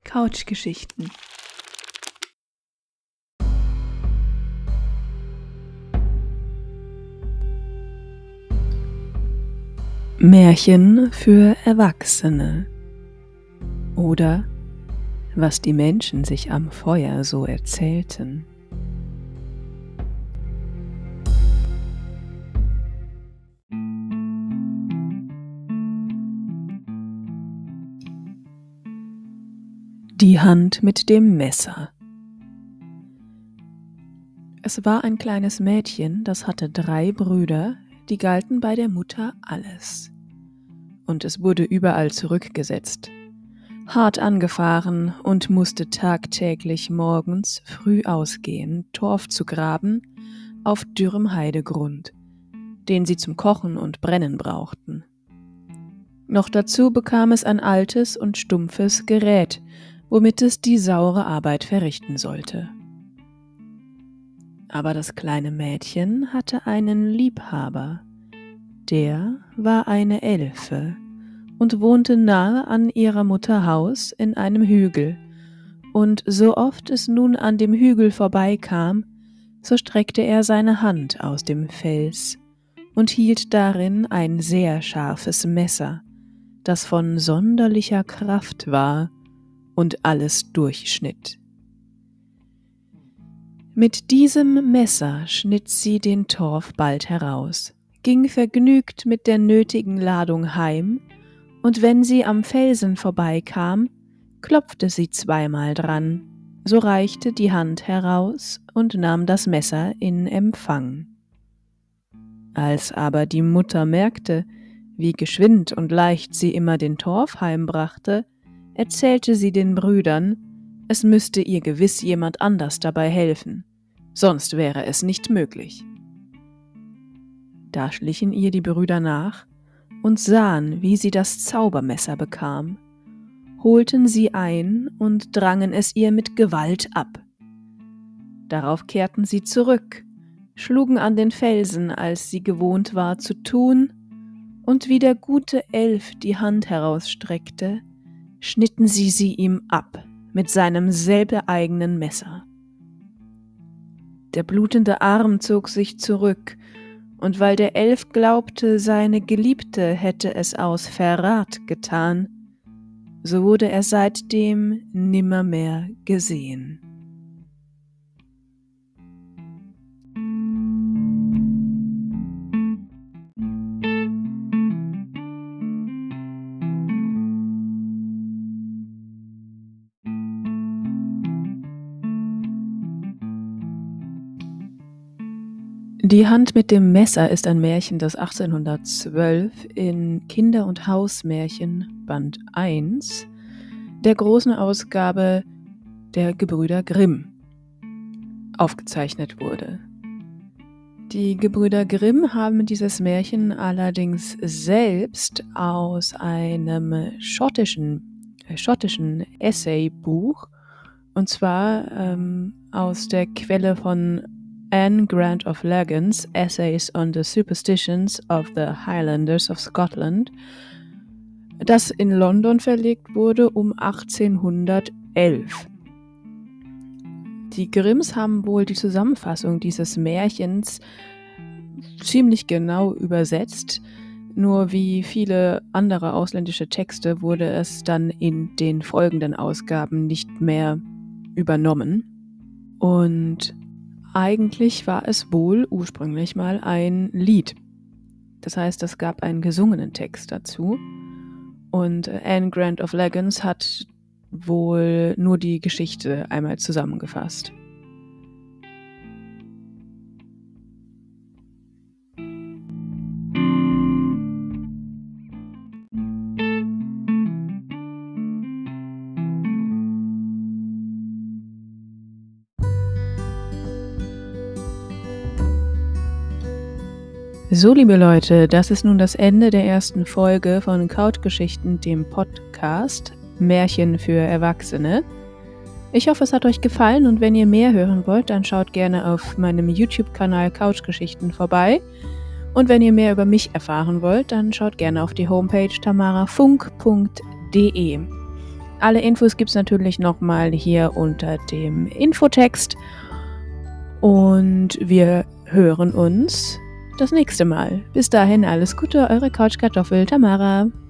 Couchgeschichten. Märchen für Erwachsene oder was die Menschen sich am Feuer so erzählten. Die Hand mit dem Messer. Es war ein kleines Mädchen, das hatte 3 Brüder, die galten bei der Mutter alles. Und es wurde überall zurückgesetzt, hart angefahren und musste tagtäglich morgens früh ausgehen, Torf zu graben auf dürrem Heidegrund, den sie zum Kochen und Brennen brauchten. Noch dazu bekam es ein altes und stumpfes Gerät, womit es die saure Arbeit verrichten sollte. Aber das kleine Mädchen hatte einen Liebhaber. Der war eine Elfe und wohnte nahe an ihrer Mutter Haus in einem Hügel, und so oft es nun an dem Hügel vorbeikam, so streckte er seine Hand aus dem Fels und hielt darin ein sehr scharfes Messer, das von sonderlicher Kraft war und alles durchschnitt. Mit diesem Messer schnitt sie den Torf bald heraus, ging vergnügt mit der nötigen Ladung heim, und wenn sie am Felsen vorbeikam, klopfte sie zweimal dran, so reichte die Hand heraus und nahm das Messer in Empfang. Als aber die Mutter merkte, wie geschwind und leicht sie immer den Torf heimbrachte, erzählte sie den Brüdern, es müsste ihr gewiss jemand anders dabei helfen, sonst wäre es nicht möglich. Da schlichen ihr die Brüder nach und sahen, wie sie das Zaubermesser bekam, holten sie ein und drangen es ihr mit Gewalt ab. Darauf kehrten sie zurück, schlugen an den Felsen, als sie gewohnt war zu tun, und wie der gute Elf die Hand herausstreckte, schnitten sie ihm ab mit seinem selbeigenen Messer. Der blutende Arm zog sich zurück, und weil der Elf glaubte, seine Geliebte hätte es aus Verrat getan, so wurde er seitdem nimmermehr gesehen. Die Hand mit dem Messer ist ein Märchen, das 1812 in Kinder- und Hausmärchen Band 1 der großen Ausgabe der Gebrüder Grimm aufgezeichnet wurde. Die Gebrüder Grimm haben dieses Märchen allerdings selbst aus einem schottischen Essaybuch, und zwar aus der Quelle von Anne Grant of Laggan's Essays on the Superstitions of the Highlanders of Scotland, das in London verlegt wurde um 1811. Die Grimms haben wohl die Zusammenfassung dieses Märchens ziemlich genau übersetzt, nur wie viele andere ausländische Texte wurde es dann in den folgenden Ausgaben nicht mehr übernommen. Und eigentlich war es wohl ursprünglich mal ein Lied. Das heißt, es gab einen gesungenen Text dazu. Und Anne Grant of Laggan's hat wohl nur die Geschichte einmal zusammengefasst. So, liebe Leute, das ist nun das Ende der ersten Folge von Couchgeschichten, dem Podcast Märchen für Erwachsene. Ich hoffe, es hat euch gefallen, und wenn ihr mehr hören wollt, dann schaut gerne auf meinem YouTube-Kanal Couchgeschichten vorbei. Und wenn ihr mehr über mich erfahren wollt, dann schaut gerne auf die Homepage tamarafunk.de. Alle Infos gibt es natürlich nochmal hier unter dem Infotext. Und wir hören uns das nächste Mal. Bis dahin alles Gute, eure Couchkartoffel Tamara.